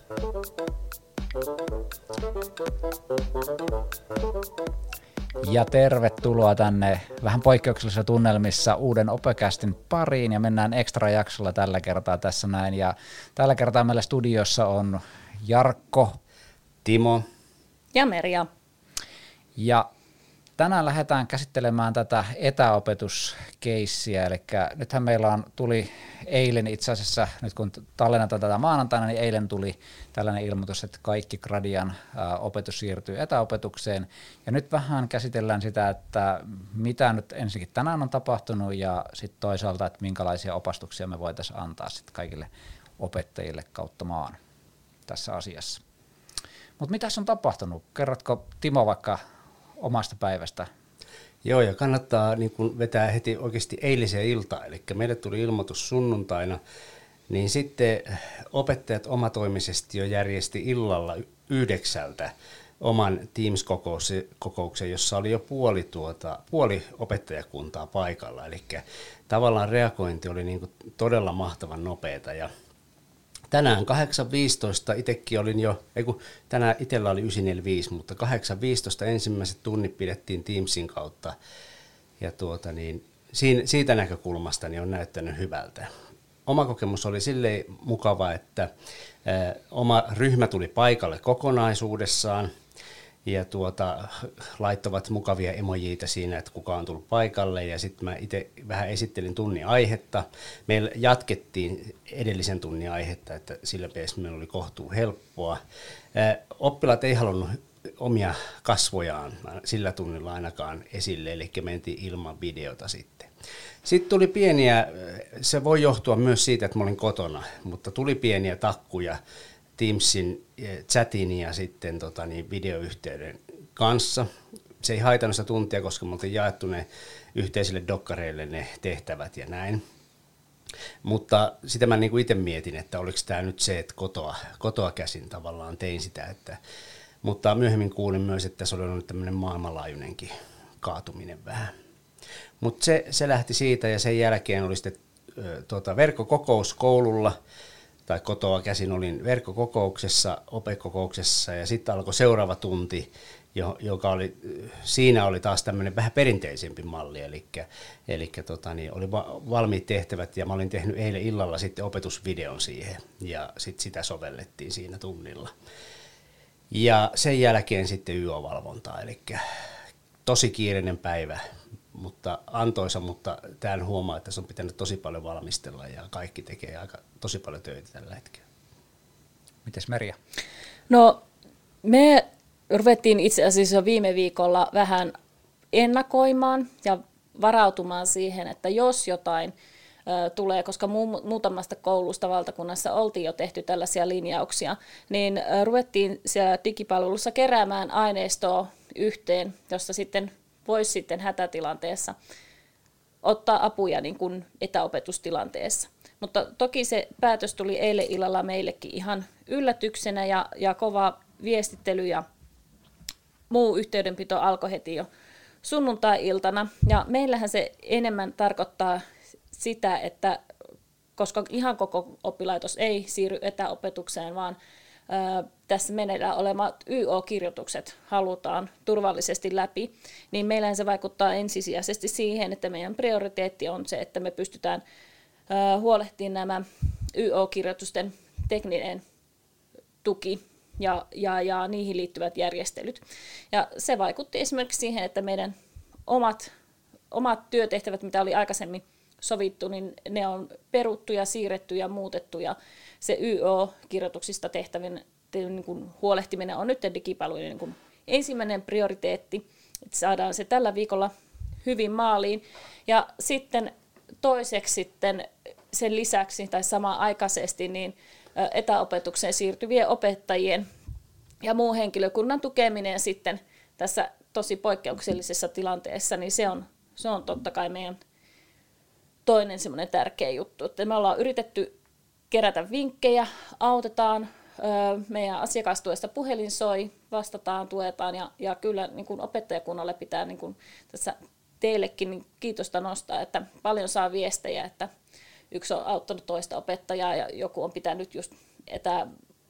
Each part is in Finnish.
Ja tervetuloa tänne vähän poikkeuksellisissa tunnelmissa uuden Opecastin pariin ja mennään extra jaksolla tällä kertaa tässä näin. Ja tällä kertaa meillä studiossa on Jarkko, Timo ja Merja. Ja tänään lähdetään käsittelemään tätä etäopetuskeissiä, eli nythän meillä tuli eilen itse asiassa, nyt kun tallennetaan tätä maanantaina, niin eilen tuli tällainen ilmoitus, että kaikki Gradian opetus siirtyy etäopetukseen, ja nyt vähän käsitellään sitä, että mitä nyt ensinnäkin tänään on tapahtunut, ja sitten toisaalta, että minkälaisia opastuksia me voitaisiin antaa sitten kaikille opettajille kautta maan tässä asiassa. Mutta mitäs on tapahtunut? Kerrotko Timo vaikka omasta päivästä? Joo, ja kannattaa niin kun vetää heti oikeasti eiliseen iltaan, eli meille tuli ilmoitus sunnuntaina, niin sitten opettajat omatoimisesti jo järjesti illalla 9 oman Teams-kokouksen, jossa oli jo puoli opettajakuntaa paikalla, eli tavallaan reagointi oli niin kuin todella mahtavan nopeata, ja tänään 8.15 itsekin olin jo, tänään itsellä oli 9.45, mutta 8.15 ensimmäiset tunnit pidettiin Teamsin kautta. Ja siitä näkökulmasta niin on näyttänyt hyvältä. Oma kokemus oli silleen mukava, että oma ryhmä tuli paikalle kokonaisuudessaan ja laittoivat mukavia emojiita siinä, että kuka on tullut paikalle, ja sitten mä itse vähän esittelin tunnin aihetta. Meillä jatkettiin edellisen tunnin aihetta, että sillä perässä meillä oli kohtuu helppoa. Oppilaat ei halunnut omia kasvojaan sillä tunnilla ainakaan esille, eli mentiin ilman videota sitten. Sitten tuli pieniä, se voi johtua myös siitä, että mä olin kotona, mutta tuli pieniä takkuja Teamsin chatin ja sitten videoyhteyden kanssa. Se ei haitannut sitä tuntia, koska me oltiin jaettu ne yhteisille dokkareille ne tehtävät ja näin. Mutta sitä mä niin kuin itse mietin, että oliko tämä nyt se, että kotoa käsin tavallaan tein sitä. Mutta myöhemmin kuulin myös, että se oli ollut tämmöinen maailmanlaajuinenkin kaatuminen vähän. Mutta se lähti siitä, ja sen jälkeen oli sitten verkkokokous koululla, tai kotoa käsin olin verkkokokouksessa, opekokouksessa, ja sitten alkoi seuraava tunti, joka siinä oli taas tämmöinen vähän perinteisempi malli, eli oli valmiit tehtävät, ja mä olin tehnyt eilen illalla sitten opetusvideon siihen, ja sitten sitä sovellettiin siinä tunnilla. Ja sen jälkeen sitten YO-valvontaa, eli tosi kiireinen päivä, mutta antoisa, mutta tämän huomaa, että se on pitänyt tosi paljon valmistella, ja kaikki tekee tosi paljon töitä tällä hetkellä. Mites Merja? No, me ruvettiin itse asiassa viime viikolla vähän ennakoimaan ja varautumaan siihen, että jos jotain tulee, koska muutamasta koulusta valtakunnassa oltiin jo tehty tällaisia linjauksia, niin ruvettiin siellä digipalvelussa keräämään aineistoa yhteen, jossa sitten voisi sitten hätätilanteessa ottaa apuja niin kuin etäopetustilanteessa. Mutta toki se päätös tuli eilen illalla meillekin ihan yllätyksenä, ja kova viestittely ja muu yhteydenpito alkoi heti jo sunnuntai-iltana. Ja meillähän se enemmän tarkoittaa sitä, että koska ihan koko oppilaitos ei siirry etäopetukseen, vaan tässä meneillään olevat YO-kirjoitukset halutaan turvallisesti läpi, niin meillähän se vaikuttaa ensisijaisesti siihen, että meidän prioriteetti on se, että me pystytään huolehtimaan nämä YO-kirjoitusten tekninen tuki ja niihin liittyvät järjestelyt. Ja se vaikutti esimerkiksi siihen, että meidän omat työtehtävät, mitä oli aikaisemmin sovittu, niin ne on peruttu ja siirretty ja muutettu, ja se YO-kirjoituksista tehtävien niin kuin huolehtiminen on nyt digipalvelujen niin kuin ensimmäinen prioriteetti, että saadaan se tällä viikolla hyvin maaliin. Ja sitten toiseksi sitten sen lisäksi tai samanaikaisesti niin etäopetukseen siirtyvien opettajien ja muun henkilökunnan tukeminen sitten tässä tosi poikkeuksellisessa tilanteessa, niin se on totta kai meidän toinen semmoinen tärkeä juttu, että me ollaan yritetty kerätä vinkkejä, autetaan, meidän asiakastuesta puhelin soi, vastataan, tuetaan, ja kyllä niin kuin opettajakunnalle pitää niin kuin tässä teillekin niin kiitosta nostaa, että paljon saa viestejä, että yksi on auttanut toista opettajaa ja joku on pitänyt just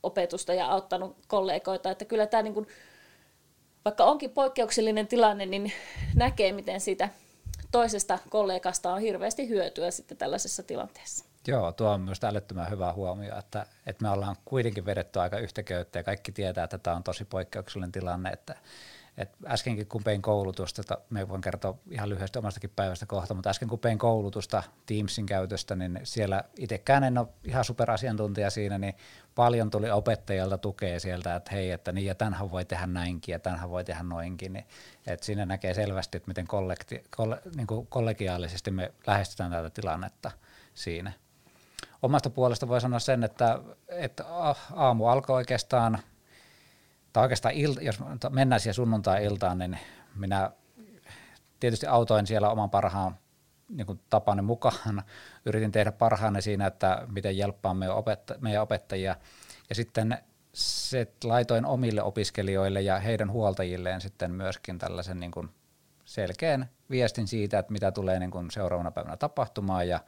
etäopetusta ja auttanut kollegoita, että kyllä tämä niin kuin, vaikka onkin poikkeuksellinen tilanne, niin näkee, miten siitä toisesta kollegasta on hirveästi hyötyä sitten tällaisessa tilanteessa. Joo, tuo on myös älyttömän hyvä huomio, että me ollaan kuitenkin vedetty aika yhtä köyttä ja kaikki tietää, että tämä on tosi poikkeuksellinen tilanne, että äskenkin kun pein koulutusta, me voin kertoa ihan lyhyesti omastakin päivästä kohta, mutta äsken kun pein koulutusta Teamsin käytöstä, niin siellä itsekään en ole ihan superasiantuntija siinä, niin paljon tuli opettajilta tukea sieltä, että hei, että niin ja tämänhän voi tehdä näinkin ja tämänhän voi tehdä noinkin, niin että siinä näkee selvästi, että miten niin kuin kollegiaalisesti me lähestytään tätä tilannetta siinä. Omasta puolesta voi sanoa sen, että aamu alkoi oikeastaan, tai oikeastaan jos mennään siihen sunnuntai-iltaan, niin minä tietysti autoin siellä oman parhaan niin kuin tapani mukaan. Yritin tehdä parhaani siinä, että miten jelppaan meidän opettajia. Ja sitten laitoin omille opiskelijoille ja heidän huoltajilleen sitten myöskin tällaisen niin kuin selkeän viestin siitä, että mitä tulee niin kuin seuraavana päivänä tapahtumaan ja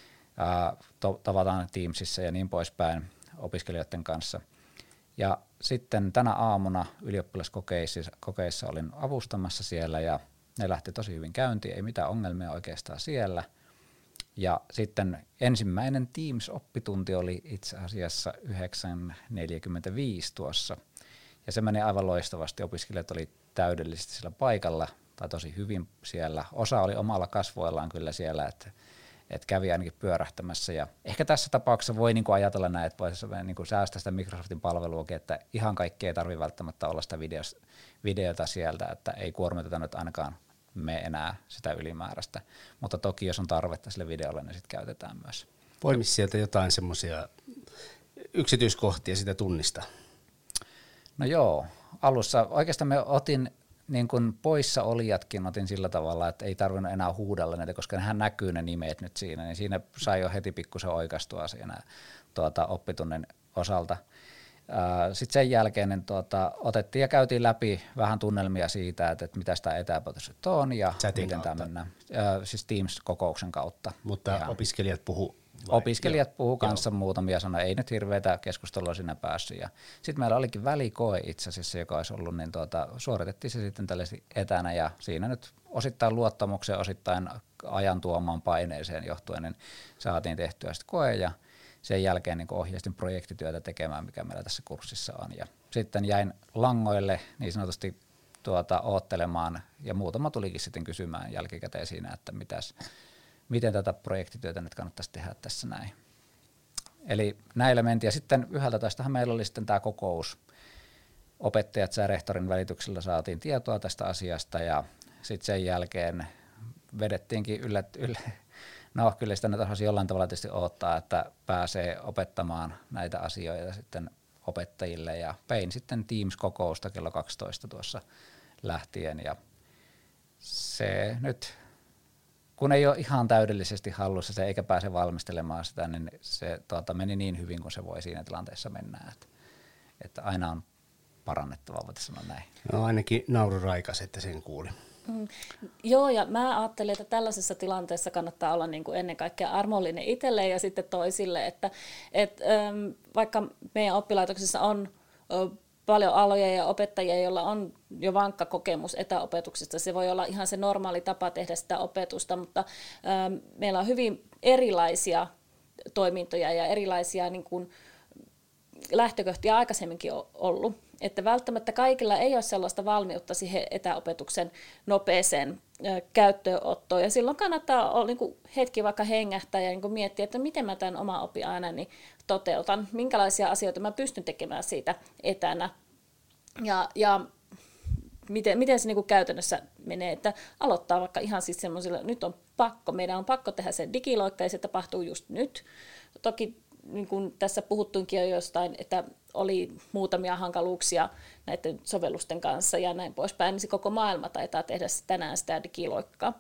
tavataan Teamsissa ja niin poispäin opiskelijoiden kanssa. Ja sitten tänä aamuna ylioppilaskokeissa olin avustamassa siellä ja ne lähti tosi hyvin käyntiin, ei mitään ongelmia oikeastaan siellä. Ja sitten ensimmäinen Teams-oppitunti oli itse asiassa 9.45 tuossa. Ja se meni aivan loistavasti, opiskelijat oli täydellisesti siellä paikalla tai tosi hyvin siellä. Osa oli omalla kasvoillaan kyllä siellä, että kävi ainakin pyörähtämässä. Ja ehkä tässä tapauksessa voi niin kuin ajatella näin, että voisi niin kuin säästää sitä Microsoftin palveluakin, että ihan kaikkea ei tarvitse välttämättä olla sitä videota sieltä, että ei kuormiteta nyt ainakaan me enää sitä ylimääräistä. Mutta toki jos on tarvetta sille videolle, niin sitten käytetään myös. Poimi sieltä jotain semmoisia yksityiskohtia sitä tunnista. No joo, alussa oikeastaan me otin niin kuin poissa olijatkin otin sillä tavalla, että ei tarvinnut enää huudella näitä, koska nehän näkyy ne nimet nyt siinä, niin siinä sai jo heti pikkusen oikaistua siinä oppitunnin osalta. Sitten sen jälkeen niin otettiin ja käytiin läpi vähän tunnelmia siitä, että mitä sitä etäopetus on ja Chatin miten tämä mennään. Siis Teams-kokouksen kautta. Mutta ihan. Opiskelijat puhu. Opiskelijat puhuu kanssa muutamia sanoja, ei nyt hirveätä keskustelua siinä päässyt. Sitten meillä olikin välikoe itse asiassa, joka olisi ollut, niin suoritettiin se sitten tällaisesti etänä ja siinä nyt osittain luottamukseen, osittain ajan tuomaan paineeseen johtuen, niin saatiin tehtyä sitten koe ja sen jälkeen niin ohjeistin projektityötä tekemään, mikä meillä tässä kurssissa on. Ja sitten jäin langoille niin sanotusti oottelemaan ja muutama tulikin sitten kysymään jälkikäteen siinä, että miten tätä projektityötä nyt kannattaisi tehdä tässä näin. Eli näillä mentiin. Ja sitten 11 meillä oli sitten tämä kokous. Opettajat ja rehtorin välityksellä saatiin tietoa tästä asiasta ja sitten sen jälkeen vedettiinkin no kyllä sitä nyt osasi jollain tavalla tietysti odottaa, että pääsee opettamaan näitä asioita sitten opettajille ja pein sitten Teams-kokousta kello 12 tuossa lähtien ja se nyt kun ei ole ihan täydellisesti hallussa se eikä pääse valmistelemaan sitä, niin se meni niin hyvin kuin se voi siinä tilanteessa mennä, että aina on parannettavaa, voitaisiin sanoa näin. No ainakin naururaikas, että sen kuuli. Joo, ja mä ajattelen, että tällaisessa tilanteessa kannattaa olla niin kuin ennen kaikkea armollinen itselleen ja sitten toisille, että vaikka meidän oppilaitoksessa on paljon aloja ja opettajia, joilla on jo vankka kokemus etäopetuksesta. Se voi olla ihan se normaali tapa tehdä sitä opetusta, mutta meillä on hyvin erilaisia toimintoja ja erilaisia niin kuin lähtökohtia aikaisemminkin ollut. Että välttämättä kaikilla ei ole sellaista valmiutta siihen etäopetuksen nopeeseen käyttöönottoon. Ja silloin kannattaa olla niin kuin hetki vaikka hengähtää ja niin kuin miettiä, että miten mä tämän oman oppiaineni toteutan, minkälaisia asioita mä pystyn tekemään siitä etänä ja miten se niin kuin käytännössä menee, että aloittaa vaikka ihan siis semmoisilla, nyt on pakko, meidän on pakko tehdä se digiloikka ja se tapahtuu just nyt. Toki niin kuin tässä puhuttuinkin jo jostain, että oli muutamia hankaluuksia näiden sovellusten kanssa ja näin poispäin, niin se koko maailma taitaa tehdä tänään sitä digiloikkaa.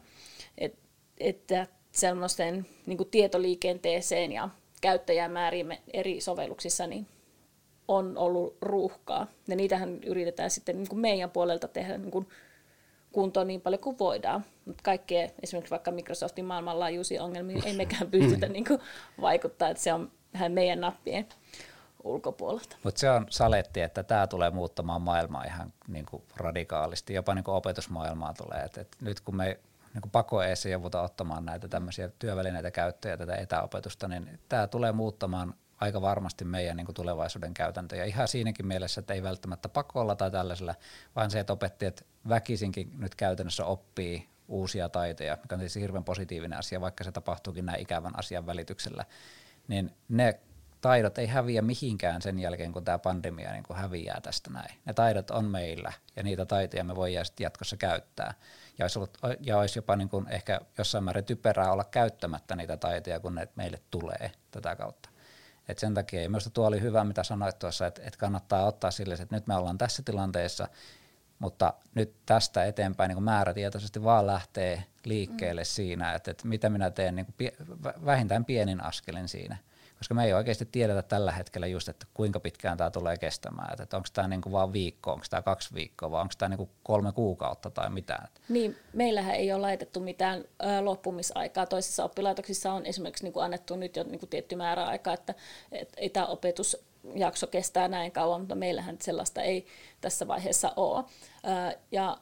Että semmoisten niin kuin tietoliikenteeseen ja käyttäjämääriin eri sovelluksissa niin on ollut ruuhkaa. Ja niitähän yritetään sitten niin kuin meidän puolelta tehdä niin kuin kuntoon niin paljon kuin voidaan. Mutta kaikkea, esimerkiksi vaikka Microsoftin maailmanlaajuisiin ongelmiin ei mekään pystytä niin kuin vaikuttaa, että se on vähän meidän nappien ulkopuolelta. Mutta se on saletti, että tämä tulee muuttamaan maailmaa ihan niin kuin radikaalisti, jopa niin kuin opetusmaailmaa tulee. Et nyt kun me niin kuin pakoeessa jouduta ottamaan näitä tämmöisiä työvälineitä käyttöön ja tätä etäopetusta, niin tämä tulee muuttamaan aika varmasti meidän niin kuin tulevaisuuden käytäntöjä. Ihan siinäkin mielessä, että ei välttämättä pakolla tai tällaisella, vaan se, että opettajat väkisinkin nyt käytännössä oppii uusia taitoja, mikä on tietysti hirveän positiivinen asia, vaikka se tapahtuukin näin ikävän asian välityksellä, niin ne taidot ei häviä mihinkään sen jälkeen, kun tämä pandemia niin kuin häviää tästä näin. Ne taidot on meillä ja niitä taitoja me voidaan sitten jatkossa käyttää. Ja olisi jopa niin kuin ehkä jossain määrin typerää olla käyttämättä niitä taitoja, kun ne meille tulee tätä kautta. Et sen takia, ja minusta tuo oli hyvä, mitä sanoit tuossa, että kannattaa ottaa silleen, että nyt me ollaan tässä tilanteessa, mutta nyt tästä eteenpäin niin kuin määrätietoisesti vaan lähtee liikkeelle siinä, että mitä minä teen niin kuin vähintään pienin askelin siinä. Koska me ei oikeasti tiedetä tällä hetkellä just, että kuinka pitkään tämä tulee kestämään. Että onko tämä niinku vaan viikko, onko tämä 2 viikkoa vai onko tämä niinku 3 kuukautta tai mitään. Niin, meillähän ei ole laitettu mitään loppumisaikaa. Toisissa oppilaitoksissa on esimerkiksi niinku annettu nyt jo niinku tietty määräaika, että etäopetusjakso kestää näin kauan, mutta meillähän sellaista ei tässä vaiheessa ole. Ja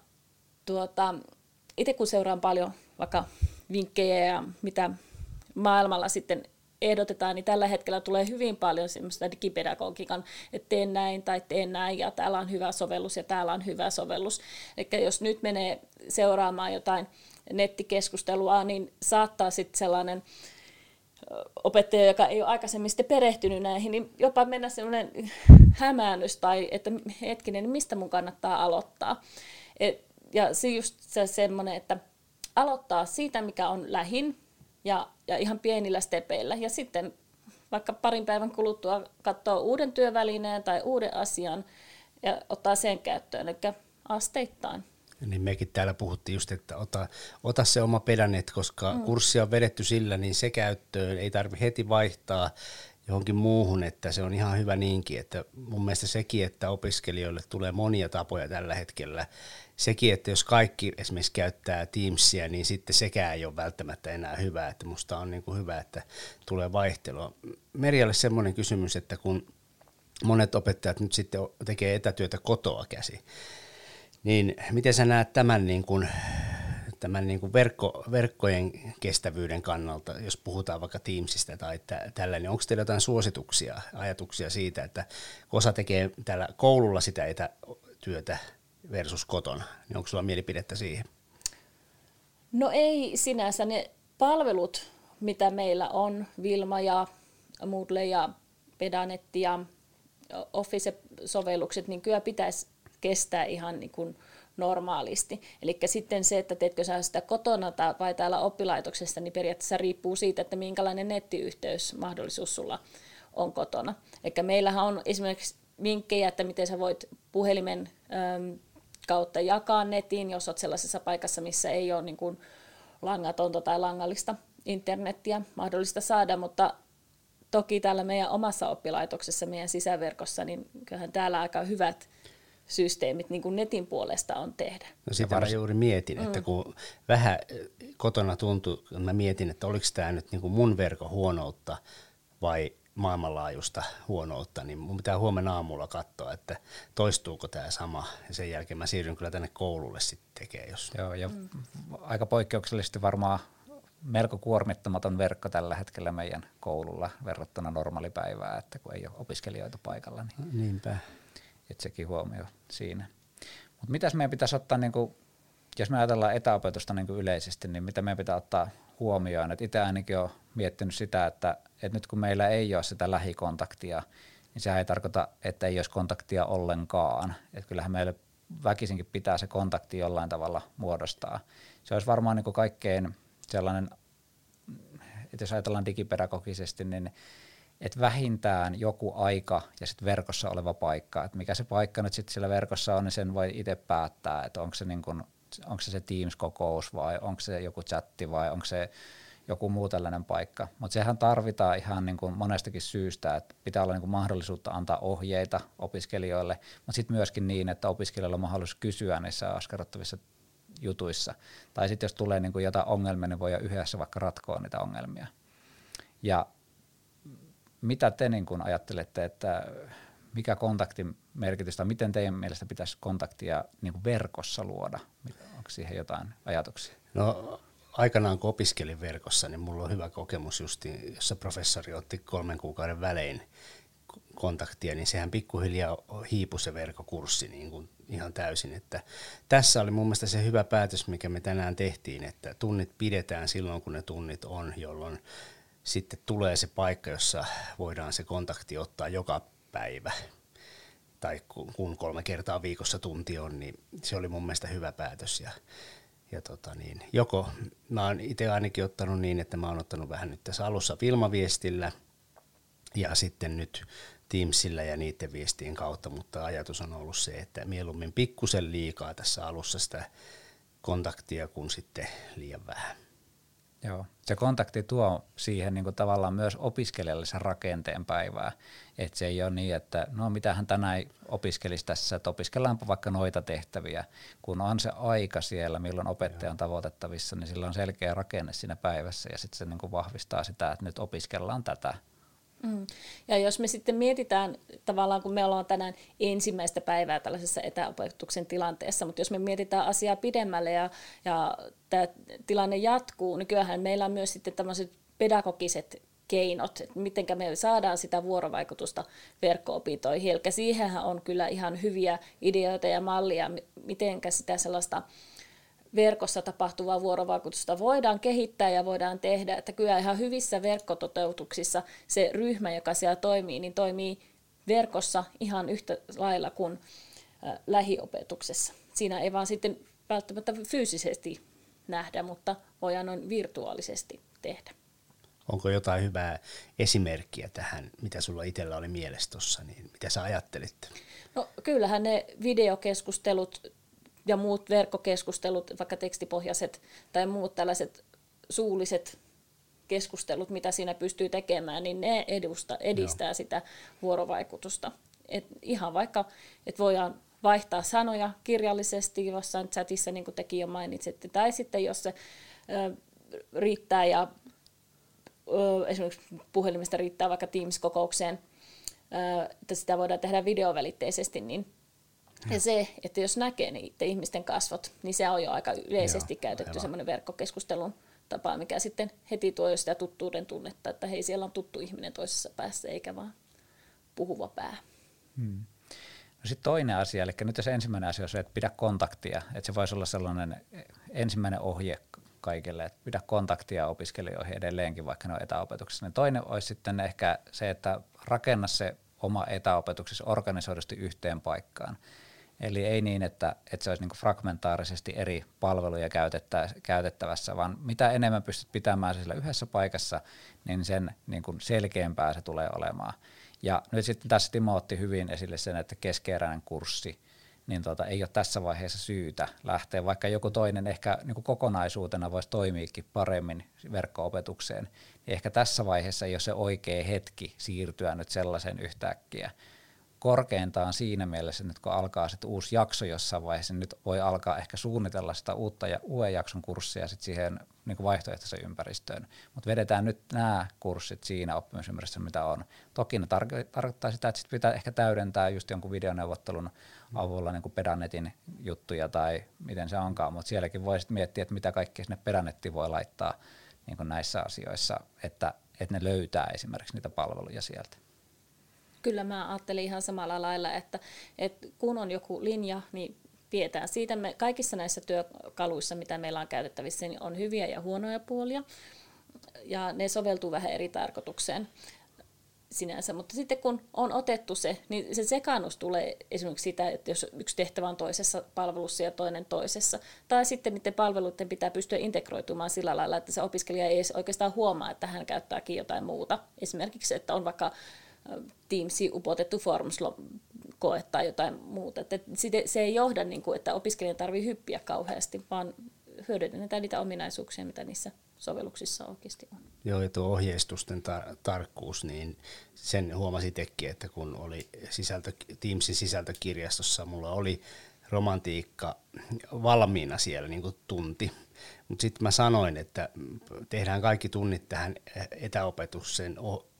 itse kun seuraan paljon vaikka vinkkejä ja mitä maailmalla sitten ehdotetaan, niin tällä hetkellä tulee hyvin paljon semmoista digipedagogiikan, että teen näin tai teen näin ja täällä on hyvä sovellus ja täällä on hyvä sovellus. Eli jos nyt menee seuraamaan jotain nettikeskustelua, niin saattaa sitten sellainen opettaja, joka ei ole aikaisemmin sitten perehtynyt näihin, niin jopa mennä sellainen hämäännys tai että hetkinen, niin mistä mun kannattaa aloittaa. Ja se just semmoinen, että aloittaa siitä, mikä on lähin, ja ihan pienillä stepeillä. Ja sitten vaikka parin päivän kuluttua katsoo uuden työvälineen tai uuden asian ja ottaa sen käyttöön, eli asteittain. Niin mekin täällä puhuttiin just, että ota se oma pedanet, koska kurssi on vedetty sillä, niin se käyttöön ei tarvitse heti vaihtaa johonkin muuhun, että se on ihan hyvä niinkin, että mun mielestä sekin, että opiskelijoille tulee monia tapoja tällä hetkellä, sekin, että jos kaikki esimerkiksi käyttää Teamsia, niin sitten sekään ei ole välttämättä enää hyvä, että musta on niin kuin hyvä, että tulee vaihtelua. Merjalle semmoinen kysymys, että kun monet opettajat nyt sitten tekee etätyötä kotoa käsi, niin miten sä näet tämän niin kuin verkkojen kestävyyden kannalta, jos puhutaan vaikka Teamsista tai tällainen, onko teillä jotain suosituksia, ajatuksia siitä, että kun osa tekee täällä koululla sitä etätyötä versus kotona, niin onko sulla mielipidettä siihen? No ei sinänsä. Ne palvelut, mitä meillä on, Wilma ja Moodle ja Pedanetti ja Office-sovellukset, niin kyllä pitäisi kestää ihan niin kuin normaalisti. Eli sitten se, että teetkö sä sitä kotona vai täällä oppilaitoksessa, niin periaatteessa riippuu siitä, että minkälainen nettiyhteysmahdollisuus sulla on kotona. Eli meillähän on esimerkiksi vinkkejä, että miten sä voit puhelimen kautta jakaa netin, jos olet sellaisessa paikassa, missä ei ole niin kuin langatonta tai langallista internettiä mahdollista saada, mutta toki täällä meidän omassa oppilaitoksessa, meidän sisäverkossa, niin kyllähän täällä aika hyvät systeemit niin kuin netin puolesta on tehdä. No sitä mä juuri mietin, että kun vähän kotona tuntui, mä mietin, että oliko tämä nyt niin kuin mun verkon huonoutta vai maailmanlaajuista huonoutta, niin mun pitää huomenna aamulla katsoa, että toistuuko tämä sama, ja sen jälkeen mä siirryn kyllä tänne koululle sitten tekemään. Joo, ja aika poikkeuksellisesti varmaan melko kuormittamaton verkko tällä hetkellä meidän koululla verrattuna normaalipäivään, että kun ei ole opiskelijoita paikalla. Niin niinpä. Että sekin huomio siinä. Mutta mitäs meidän pitäisi ottaa, niin kuin, jos me ajatellaan etäopetusta niin kuin yleisesti, niin mitä meidän pitää ottaa huomioon? Et itse ainakin olen miettinyt sitä, että nyt kun meillä ei ole sitä lähikontaktia, niin sehän ei tarkoita, että ei olisi kontaktia ollenkaan. Et kyllähän meille väkisinkin pitää se kontakti jollain tavalla muodostaa. Se olisi varmaan niin kuin kaikkein sellainen, että jos ajatellaan digipedagogisesti, niin että vähintään joku aika ja sitten verkossa oleva paikka. Että mikä se paikka nyt sitten siellä verkossa on, niin sen voi itse päättää, että onko se Teams-kokous vai onko se joku chatti vai onko se joku muu tällainen paikka. Mutta sehän tarvitaan ihan niin kuin monestakin syystä, että pitää olla niin kuin mahdollisuutta antaa ohjeita opiskelijoille, mutta sitten myöskin niin, että opiskelijoilla on mahdollisuus kysyä niissä askarruttavissa jutuissa. Tai sitten jos tulee niin kuin jotain ongelmia, niin voi yhdessä vaikka ratkoa niitä ongelmia. Ja mitä te niin kun ajattelette, että mikä kontaktin merkitys tai miten teidän mielestä pitäisi kontaktia niin kuin verkossa luoda? Onko siihen jotain ajatuksia? No aikanaan kun opiskelin verkossa, niin mulla on hyvä kokemus justi, jossa professori otti 3 kuukauden välein kontaktia, niin sehän pikkuhiljaa hiipui se verkkokurssi niin kuin ihan täysin. Että tässä oli mun mielestä se hyvä päätös, mikä me tänään tehtiin, että tunnit pidetään silloin, kun ne tunnit on, jolloin sitten tulee se paikka, jossa voidaan se kontakti ottaa joka päivä. Tai kun 3 kertaa viikossa tunti on, niin se oli mun mielestä hyvä päätös. Ja joko mä oon itse ainakin ottanut niin, että mä oon ottanut vähän nyt tässä alussa Filmaviestillä ja sitten nyt Teamsillä ja niiden viestien kautta, mutta ajatus on ollut se, että mieluummin pikkusen liikaa tässä alussa sitä kontaktia kuin sitten liian vähän. Joo, se kontakti tuo siihen niin kuin tavallaan myös opiskelijalle sen rakenteen päivää, että se ei ole niin, että no mitähän tänään opiskelisi tässä, että opiskellaanpa vaikka noita tehtäviä, kun on se aika siellä, milloin opettaja on tavoitettavissa, niin sillä on selkeä rakenne siinä päivässä ja sitten se niin kuin vahvistaa sitä, että nyt opiskellaan tätä. Ja jos me sitten mietitään tavallaan, kun me ollaan tänään ensimmäistä päivää tällaisessa etäopetuksen tilanteessa, mutta jos me mietitään asiaa pidemmälle ja tämä tilanne jatkuu, niin kyllähän meillä on myös sitten tämmöiset pedagogiset keinot, että miten me saadaan sitä vuorovaikutusta verkko-opintoihin. Eli siihenhän on kyllä ihan hyviä ideoita ja mallia, miten sitä sellaista verkossa tapahtuvaa vuorovaikutusta voidaan kehittää ja voidaan tehdä, että kyllä ihan hyvissä verkkototeutuksissa se ryhmä, joka siellä toimii, niin toimii verkossa ihan yhtä lailla kuin lähiopetuksessa. Siinä ei vaan sitten välttämättä fyysisesti nähdä, mutta voidaan noin virtuaalisesti tehdä. Onko jotain hyvää esimerkkiä tähän, mitä sulla itsellä oli mielessä tuossa, niin mitä sä ajattelit? No kyllähän ne videokeskustelut ja muut verkkokeskustelut, vaikka tekstipohjaiset tai muut tällaiset suulliset keskustelut, mitä siinä pystyy tekemään, niin ne edistää sitä vuorovaikutusta. Et ihan vaikka, että voidaan vaihtaa sanoja kirjallisesti jossain chatissa, niin kuin tekin jo mainitsitte, tai sitten jos se riittää ja esimerkiksi puhelimesta riittää vaikka Teams-kokoukseen, että sitä voidaan tehdä videovälitteisesti, niin ja se, että jos näkee niiden ihmisten kasvot, niin se on jo aika yleisesti käytetty semmoinen verkkokeskustelun tapa, mikä sitten heti tuo jo sitä tuttuuden tunnetta, että hei, siellä on tuttu ihminen toisessa päässä, eikä vaan puhuva pää. No sitten toinen asia, eli nyt jos ensimmäinen asia on se, että pidä kontaktia, että se voisi olla sellainen ensimmäinen ohje kaikille, että pidä kontaktia opiskelijoihin edelleenkin, vaikka ne on etäopetuksessa. Niin toinen olisi sitten ehkä se, että rakenna se oma etäopetuksessa organisoidusti yhteen paikkaan. Eli ei niin, että se olisi niin kuin fragmentaarisesti eri palveluja käytettävässä, vaan mitä enemmän pystyt pitämään sillä yhdessä paikassa, niin sen niin kuin selkeämpää se tulee olemaan. Ja nyt sitten tässä Timo otti hyvin esille sen, että keskeeräinen kurssi, niin ei ole tässä vaiheessa syytä lähteä, vaikka joku toinen ehkä niin kuin kokonaisuutena voisi toimiikin paremmin verkko-opetukseen, niin ehkä tässä vaiheessa ei ole se oikea hetki siirtyä nyt sellaisen yhtäkkiä. Korkeintaan siinä mielessä, että nyt kun alkaa sitten uusi jakso jossain vaiheessa, niin nyt voi alkaa ehkä suunnitella sitä uuden jakson kurssia sitten siihen niin kuin vaihtoehtoiseen ympäristöön. Mutta vedetään nyt nämä kurssit siinä oppimisympäristössä, mitä on. Toki ne tarkoittaa sitä, että sit pitää ehkä täydentää just jonkun videoneuvottelun avulla niin kuin Pedanetin juttuja tai miten se onkaan, mutta sielläkin voi sitten miettiä, että mitä kaikkea sinne Pedanettiin voi laittaa niin kuin näissä asioissa, että ne löytää esimerkiksi niitä palveluja sieltä. Kyllä mä ajattelin ihan samalla lailla, että kun on joku linja, niin pidetään siitä. Me kaikissa näissä työkaluissa, mitä meillä on käytettävissä, niin on hyviä ja huonoja puolia, ja ne soveltuu vähän eri tarkoitukseen sinänsä. Mutta sitten kun on otettu se, niin se sekaannus tulee esimerkiksi sitä, että jos yksi tehtävä on toisessa palvelussa ja toinen toisessa, tai sitten niiden palveluiden pitää pystyä integroitumaan sillä lailla, että se opiskelija ei edes oikeastaan huomaa, että hän käyttääkin jotain muuta. Esimerkiksi, että on vaikka Teamsiin upotettu Forms-koe tai jotain muuta. Että se ei johda, niin kuin, että opiskelijan tarvitsee hyppiä kauheasti, vaan hyödynnetään niitä ominaisuuksia, mitä niissä sovelluksissa oikeasti on. Joo, ja tuo ohjeistusten tarkkuus, niin sen huomasi itsekin, että kun oli Teamsin sisältökirjastossa, mulla oli romantiikka valmiina siellä niin kuin tunti. Mutta sitten mä sanoin, että tehdään kaikki tunnit tähän etäopetuksen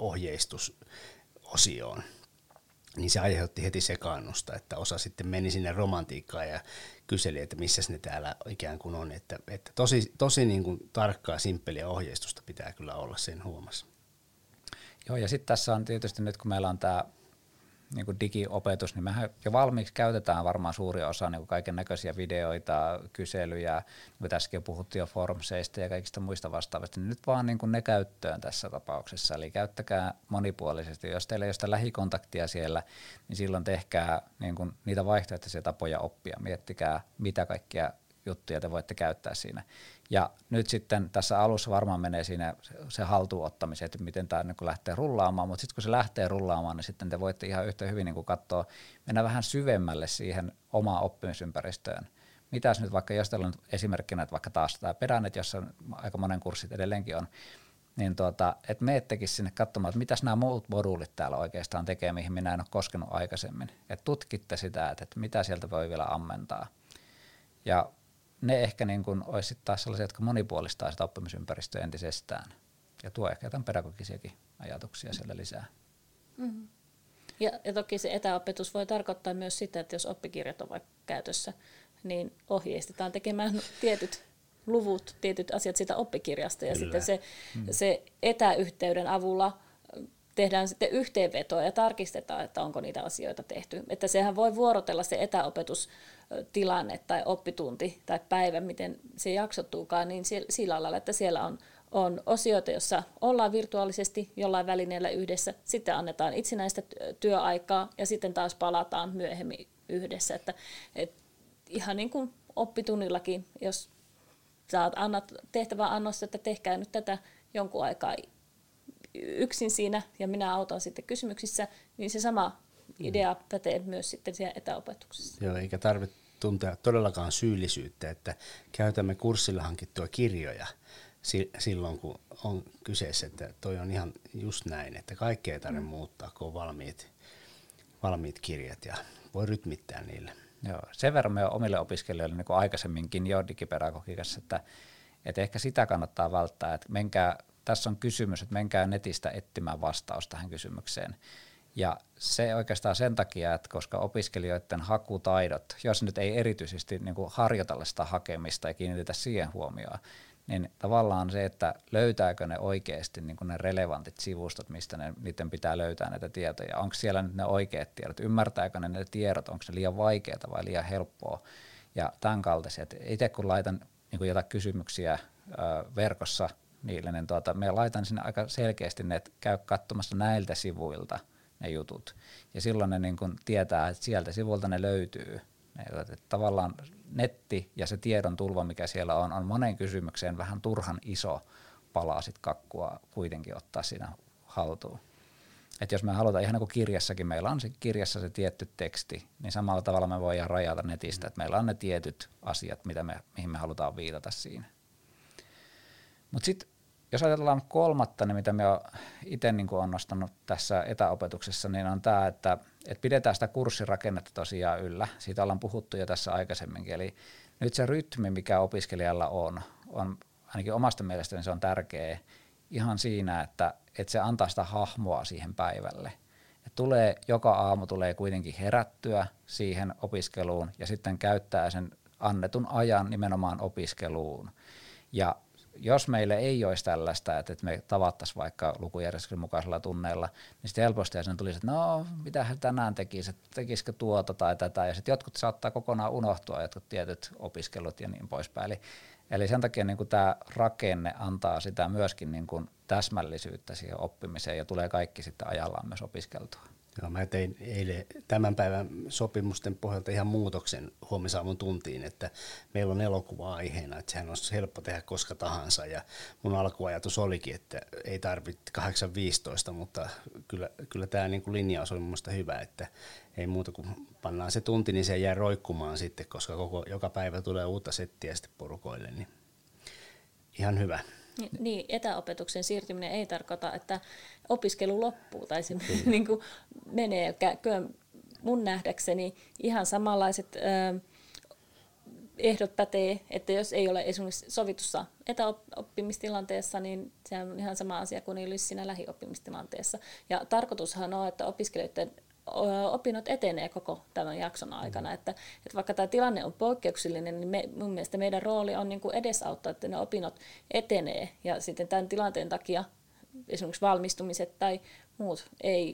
ohjeistusosioon. Niin se aiheutti heti sekaannusta, että osa sitten meni sinne romantiikkaan ja kyseli, että missä ne täällä ikään kuin on. Että tosi niin kuin tarkkaa, simppeliä ohjeistusta pitää kyllä olla, sen huomassa. Joo, ja sitten tässä on tietysti nyt, kun meillä on tämä niin kuin digiopetus, niin mehän jo valmiiksi käytetään varmaan suuri osa niin kaiken näköisiä videoita, kyselyjä, niin kuin tässäkin puhuttiin jo formseista ja kaikista muista vastaavista, niin nyt vaan niin kuin ne käyttöön tässä tapauksessa, eli käyttäkää monipuolisesti. Jos teillä ei ole sitä lähikontaktia siellä, niin silloin tehkää niin kuin niitä vaihtoehtoisia tapoja oppia, miettikää mitä kaikkia juttuja te voitte käyttää siinä. Ja nyt sitten tässä alussa varmaan menee siinä se haltuunottamiseen, että miten tämä niin lähtee rullaamaan, mutta sitten kun se lähtee rullaamaan, niin sitten te voitte ihan yhtä hyvin niin katsoa, mennä vähän syvemmälle siihen omaan oppimisympäristöön. Mitäs nyt vaikka, jos teillä on esimerkkinä, että vaikka taas tämä Pedanet, jossa aika monen kurssit edelleenkin on, niin että meettekin sinne katsomaan, että mitäs nämä muut moduulit täällä oikeastaan tekee, mihin minä en ole koskenut aikaisemmin. Että tutkitte sitä, että mitä sieltä voi vielä ammentaa. Ja ne ehkä niin kuin olisi sitten taas sellaisia, jotka monipuolistaa sitä oppimisympäristöä entisestään. Ja tuo ehkä jotain pedagogisiakin ajatuksia siellä lisää. Mm-hmm. Ja toki se etäopetus voi tarkoittaa myös sitä, että jos oppikirjat on vaikka käytössä, niin ohjeistetaan tekemään tietyt luvut, tietyt asiat siitä oppikirjasta. Ja kyllä. Sitten se etäyhteyden avulla tehdään sitten yhteenvetoa ja tarkistetaan, että onko niitä asioita tehty. Että sehän voi vuorotella se etäopetustilanne tai oppitunti tai päivä, miten se jaksottuukaan, niin sillä lailla, että siellä on osioita, joissa ollaan virtuaalisesti jollain välineellä yhdessä, sitten annetaan itsenäistä työaikaa ja sitten taas palataan myöhemmin yhdessä. Että ihan niin kuin oppitunnillakin, jos annat tehtävän annosta, että tehkää nyt tätä jonkun aikaa yksin siinä ja minä autan sitten kysymyksissä, niin se sama idea pätee myös sitten siellä etäopetuksessa. Joo, eikä tarvitse tuntea todellakaan syyllisyyttä, että käytämme kurssilla hankittua kirjoja silloin, kun on kyseessä, että toi on ihan just näin, että kaikkea ei tarvitse muuttaa, kun on valmiit kirjat ja voi rytmittää niille. Joo, sen verran me omille opiskelijoille niin kuin aikaisemminkin jo digipedagogiikassa, että ehkä sitä kannattaa välttää, että tässä on kysymys, että menkää netistä etsimään vastaus tähän kysymykseen. Ja se oikeastaan sen takia, että koska opiskelijoiden hakutaidot, jos nyt ei erityisesti niin kuin harjoitella sitä hakemista ja kiinnitetä siihen huomioon, niin tavallaan se, että löytääkö ne oikeasti niin kuin ne relevantit sivustot, mistä niiden pitää löytää näitä tietoja. Onko siellä nyt ne oikeat tiedot, ymmärtääkö ne tiedot, onko se liian vaikeaa vai liian helppoa ja tämän kaltaisia. Itse kun laitan niin kuin jotain kysymyksiä verkossa niille, niin me laitan sinne aika selkeästi ne, että käy katsomassa näiltä sivuilta ne jutut. Ja silloin ne niin kun tietää, että sieltä sivuilta ne löytyy. Että tavallaan netti ja se tiedon tulva, mikä siellä on monen kysymykseen vähän turhan iso pala sit kakkua kuitenkin ottaa siinä haltuun. Että jos me halutaan, ihan niin kuin kirjassakin, meillä on se kirjassa se tietty teksti, niin samalla tavalla me voidaan rajata netistä, että meillä on ne tietyt asiat, mihin me halutaan viitata siinä. Mutta sitten jos ajatellaan kolmatta, niin mitä me itse niin olen nostanut tässä etäopetuksessa, niin on tämä, että pidetään sitä kurssirakennetta tosiaan yllä. Siitä ollaan puhuttu jo tässä aikaisemminkin. Eli nyt se rytmi, mikä opiskelijalla on ainakin omasta mielestäni se on tärkeä ihan siinä, että se antaa sitä hahmoa siihen päivälle. Joka aamu tulee kuitenkin herättyä siihen opiskeluun ja sitten käyttää sen annetun ajan nimenomaan opiskeluun. Ja jos meillä ei olisi tällaista, että me tavattaisiin vaikka lukujärjestyksen mukaisella tunneilla, niin sitten helposti sen tulisi, että no, mitä hän tänään tekisi, että tekisikö tuota tai tätä, ja sitten jotkut saattaa kokonaan unohtua, jotkut tietyt opiskelut ja niin poispäin. Eli sen takia niin tämä rakenne antaa sitä myöskin niin kuin täsmällisyyttä siihen oppimiseen, ja tulee kaikki sitten ajallaan myös opiskeltua. Joo, mä tein eilen tämän päivän sopimusten pohjalta ihan muutoksen huomisaamun tuntiin, että meillä on elokuva aiheena, että sehän olisi helppo tehdä koska tahansa ja mun alkuajatus olikin, että ei tarvitse 8.15, mutta kyllä tämä niin kuin linjaus oli mun mielestä hyvä, että ei muuta kuin pannaan se tunti, niin se jää roikkumaan sitten, koska joka päivä tulee uutta settiä sitten porukoille, niin ihan hyvä. Niin, etäopetuksen siirtyminen ei tarkoita, että opiskelu loppuu tai se niin kuin menee. Mun nähdäkseni ihan samanlaiset ehdot pätee, että jos ei ole esimerkiksi sovitussa etäoppimistilanteessa, niin se on ihan sama asia kuin ei olisi siinä lähioppimistilanteessa. Ja tarkoitushan on, että opiskelijoiden opinnot etenee koko tämän jakson aikana. Että vaikka tämä tilanne on poikkeuksellinen, niin mun mielestä meidän rooli on niin kuin edesauttaa, että ne opinnot etenee. Ja sitten tämän tilanteen takia esimerkiksi valmistumiset tai muut ei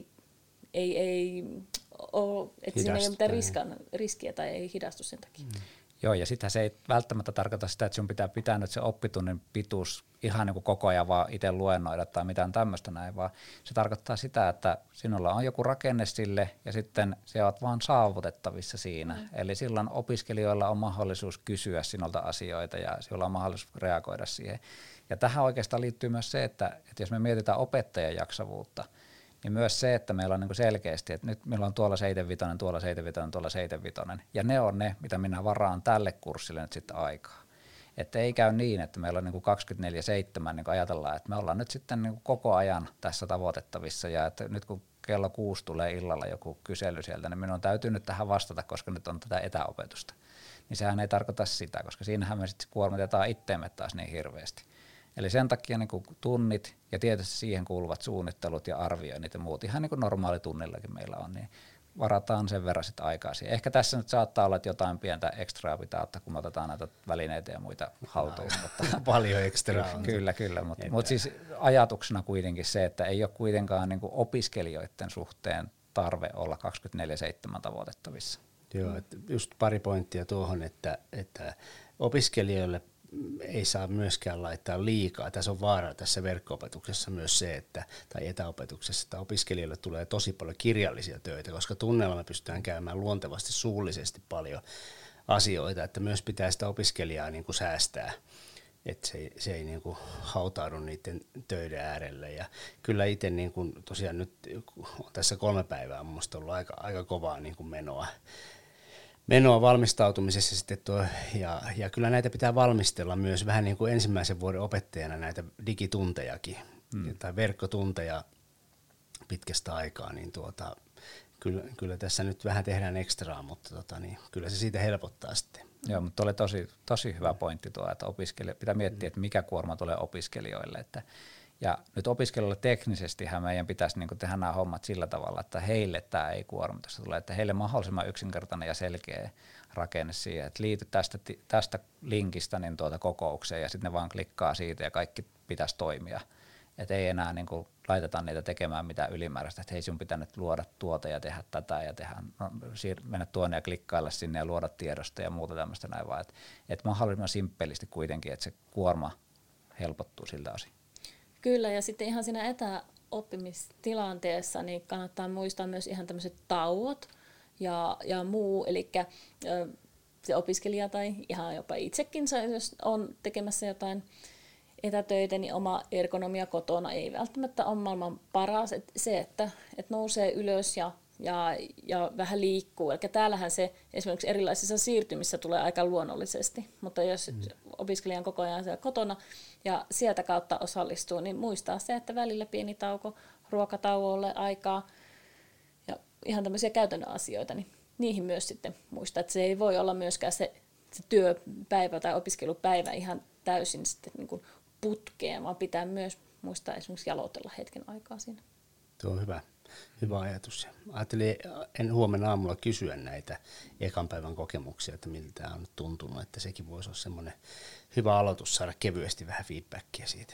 ole, että siinä ei ole mitään riskiä tai ei hidastu sen takia. Joo, ja sitten se ei välttämättä tarkoita sitä, että sun pitää pitää nyt se oppitunnin pituus ihan niin kuin koko ajan vaan itse luennoida tai mitään tämmöistä näin, vaan se tarkoittaa sitä, että sinulla on joku rakenne sille ja sitten se on vaan saavutettavissa siinä. Eli silloin opiskelijoilla on mahdollisuus kysyä sinulta asioita ja sinulla on mahdollisuus reagoida siihen. Ja tähän oikeastaan liittyy myös se, että jos me mietitään opettajan jaksavuutta, niin myös se, että meillä on niin kuin selkeästi, että nyt meillä on tuolla 75, tuolla 75, tuolla 75, ja ne on ne, mitä minä varaan tälle kurssille nyt sitten aikaa. Että ei käy niin, että meillä on niin kuin 24/7, niin kuin ajatellaan, että me ollaan nyt sitten niin kuin koko ajan tässä tavoitettavissa, ja että nyt kun kello 6 tulee illalla joku kysely sieltä, niin minun täytyy nyt tähän vastata, koska nyt on tätä etäopetusta. Niin sehän ei tarkoita sitä, koska siinähän me sitten kuormitetaan itteemme taas niin hirveästi. Eli sen takia niin kuin tunnit ja tietysti siihen kuuluvat suunnittelut ja arvioinnit ja muut, ihan niin kuin normaali tunnillakin meillä on, niin varataan sen verran sitten aikaa siihen. Ehkä tässä nyt saattaa olla, että jotain pientä ekstraa pitää ottaa, kun me otetaan näitä välineitä ja muita haltuun. Mutta paljon ekstraa. Kyllä. Mutta siis ajatuksena kuitenkin se, että ei ole kuitenkaan niin kuin opiskelijoiden suhteen tarve olla 24/7 tavoitettavissa. Joo, että just pari pointtia tuohon, että opiskelijoille ei saa myöskään laittaa liikaa. Tässä on vaara tässä verkko-opetuksessa myös se, tai etäopetuksessa, että opiskelijoille tulee tosi paljon kirjallisia töitä, koska tunneilla me pystytään käymään luontevasti suullisesti paljon asioita, että myös pitää sitä opiskelijaa niin kuin säästää, että se ei niin kuin hautaudu niiden töiden äärelle. Ja kyllä itse niin kuin tosiaan nyt on tässä 3 päivää mun mielestä ollut aika kovaa niin kuin menoa valmistautumisessa sitten ja kyllä näitä pitää valmistella myös vähän niin kuin ensimmäisen vuoden opettajana näitä digituntejakin tai verkkotunteja pitkästä aikaa, niin kyllä tässä nyt vähän tehdään ekstraa, mutta niin, kyllä se siitä helpottaa sitten. Joo, mutta oli tosi hyvä pointti tuo, että pitää miettiä, että mikä kuorma tulee opiskelijoille, ja nyt opiskelijoille teknisestihän meidän pitäisi niin kuin tehdä nämä hommat sillä tavalla, että heille tämä ei kuormita. Se tulee, että heille mahdollisimman yksinkertainen ja selkeä rakenne siihen, että liity tästä linkistä niin kokoukseen ja sitten ne vaan klikkaa siitä ja kaikki pitäisi toimia. Että ei enää niin kuin laiteta niitä tekemään mitään ylimääräistä, että hei sinun pitää nyt luoda tuota ja tehdä tätä ja mennä tuonne ja klikkailla sinne ja luoda tiedosta ja muuta tämmöistä näin vaan. Että mahdollisimman simppelisti kuitenkin, että se kuorma helpottuu siltä osin. Kyllä, ja sitten ihan siinä etäoppimistilanteessa niin kannattaa muistaa myös ihan tämmöiset tauot ja muu, eli se opiskelija tai ihan jopa itsekin, jos on tekemässä jotain etätöitä, niin oma ergonomia kotona ei välttämättä ole maailman paras. Se, että nousee ylös ja vähän liikkuu. Eli täällähän se esimerkiksi erilaisissa siirtymissä tulee aika luonnollisesti, mutta jos opiskelijan koko ajan siellä kotona ja sieltä kautta osallistuu, niin muistaa se, että välillä pieni tauko, ruokatauolle aikaa ja ihan tämmöisiä käytännön asioita, niin niihin myös sitten muistaa, että se ei voi olla myöskään se työpäivä tai opiskelupäivä ihan täysin sitten niin kuin putkeen, vaan pitää myös muistaa esimerkiksi jalotella hetken aikaa siinä. Tuo on hyvä ajatus. Ajattelin huomenna aamulla kysyä näitä ekan päivän kokemuksia, että miltä tämä on tuntunut, että sekin voisi olla semmoinen hyvä aloitus saada kevyesti vähän feedbackia siitä.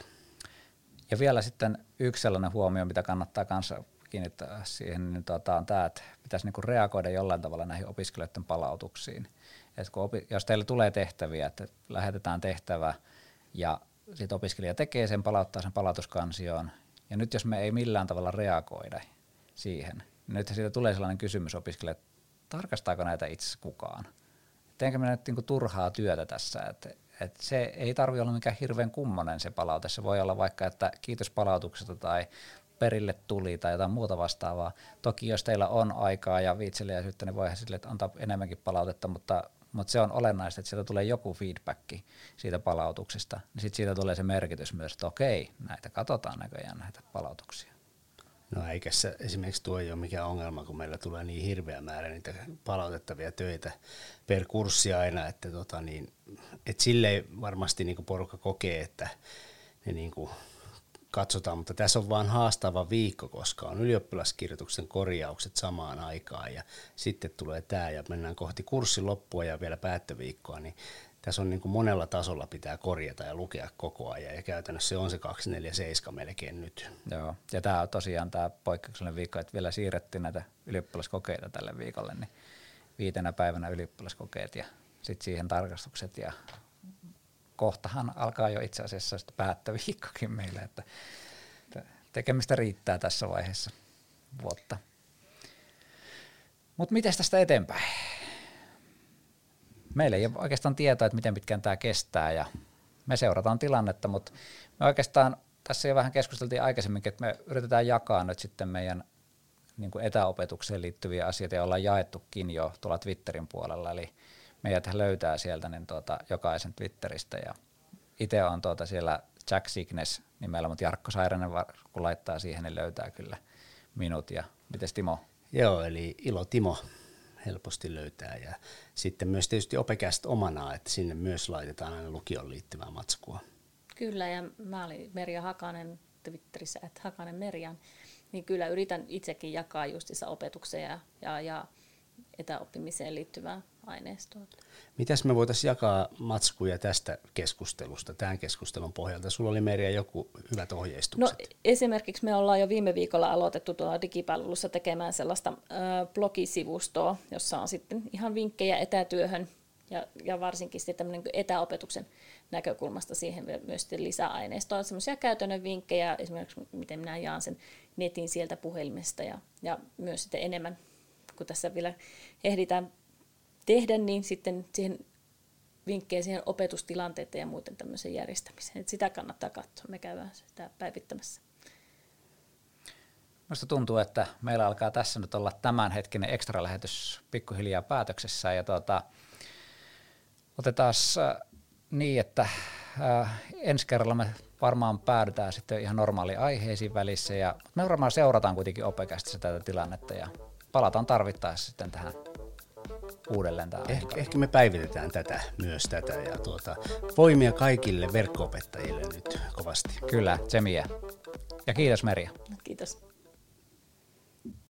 Ja vielä sitten yksi sellainen huomio, mitä kannattaa kanssa kiinnittää siihen, niin on tämä, että pitäisi niinku reagoida jollain tavalla näihin opiskelijoiden palautuksiin. Et jos teille tulee tehtäviä, että lähetetään tehtävä ja sitten opiskelija tekee sen, palauttaa sen palautuskansioon, ja nyt jos me ei millään tavalla reagoida siihen, niin nyt siitä tulee sellainen kysymys opiskelijalle, että tarkastaako näitä itse kukaan? Teenkö me nyt niinku turhaa työtä tässä, että se ei tarvitse olla mikään hirveän kummonen se palaute, se voi olla vaikka, että kiitos palautuksesta tai perille tuli tai jotain muuta vastaavaa. Toki jos teillä on aikaa ja viitseliäisyyttä, niin voihan sille antaa enemmänkin palautetta, mutta se on olennaista, että sieltä tulee joku feedback siitä palautuksesta, niin sitten siitä tulee se merkitys myös, että okei, näitä katsotaan näköjään näitä palautuksia. No eikä se, esimerkiksi tuo ei ole mikään ongelma, kun meillä tulee niin hirveä määrä niitä palautettavia töitä per kurssi aina, että et silleen varmasti niin kuin porukka kokee, että ne niin kuin katsotaan, mutta tässä on vaan haastava viikko, koska on ylioppilaskirjoituksen korjaukset samaan aikaan ja sitten tulee tämä ja mennään kohti kurssin loppua ja vielä päättöviikkoa, niin tässä on niin kuin monella tasolla pitää korjata ja lukea koko ajan ja käytännössä se on se 247 melkein nyt. Joo, ja tämä on tosiaan tämä poikkeuksellinen viikko, että vielä siirrettiin näitä ylioppilaskokeita tälle viikolle, niin 5 päivänä ylioppilaskokeet ja sitten siihen tarkastukset ja kohtahan alkaa jo itse asiassa päättöviikkokin meillä, että tekemistä riittää tässä vaiheessa vuotta. Mutta miten tästä eteenpäin? Meillä ei ole oikeastaan tietoa, että miten pitkään tämä kestää ja me seurataan tilannetta, mutta me oikeastaan tässä jo vähän keskusteltiin aikaisemminkin, että me yritetään jakaa nyt sitten meidän niin kuin etäopetukseen liittyviä asioita ja ollaan jaettukin jo tuolla Twitterin puolella, eli meidät löytää sieltä niin jokaisen Twitteristä ja itse on siellä Jack Signes nimellä, mutta Jarkko Sairanen kun laittaa siihen, niin löytää kyllä minut ja mites Timo? Joo, eli Ilo Timo helposti löytää ja sitten myös tietysti Opecast omana, että sinne myös laitetaan aina lukioon liittyvää matskua. Kyllä ja mä olin Merja Hakanen Twitterissä, että Hakanen Merjan, niin kyllä yritän itsekin jakaa justissa opetukseen ja etäoppimiseen liittyvää aineistoa. Mitäs me voitaisiin jakaa matskuja tästä keskustelusta, tämän keskustelun pohjalta? Sulla oli Merja joku hyvät ohjeistukset. No esimerkiksi me ollaan jo viime viikolla aloitettu tuolla digipalvelussa tekemään sellaista blogisivustoa, jossa on sitten ihan vinkkejä etätyöhön ja varsinkin sitten tämmöinen etäopetuksen näkökulmasta siihen myös sitten lisäaineistoa. Sellaisia käytännön vinkkejä, esimerkiksi miten minä jaan sen netin sieltä puhelimesta ja myös sitten enemmän, kun tässä vielä ehditään tehdä, niin sitten siihen vinkkejä siihen opetustilanteiden ja muuten tämmöisen järjestämiseen. Et sitä kannattaa katsoa, me käydään sitä päivittämässä. Minusta tuntuu, että meillä alkaa tässä nyt olla tämänhetkinen ekstra-lähetys pikkuhiljaa päätöksessä ja otetaan niin, että ensi kerralla me varmaan päädytään sitten ihan normaaliin aiheisiin välissä ja me varmaan seurataan kuitenkin Opecastissa tätä tilannetta ja palataan tarvittaessa sitten tähän uudelleen. Ehkä me päivitetään myös tätä ja voimia kaikille verkko-opettajille nyt kovasti. Kyllä, tsemiä. Ja kiitos Merja.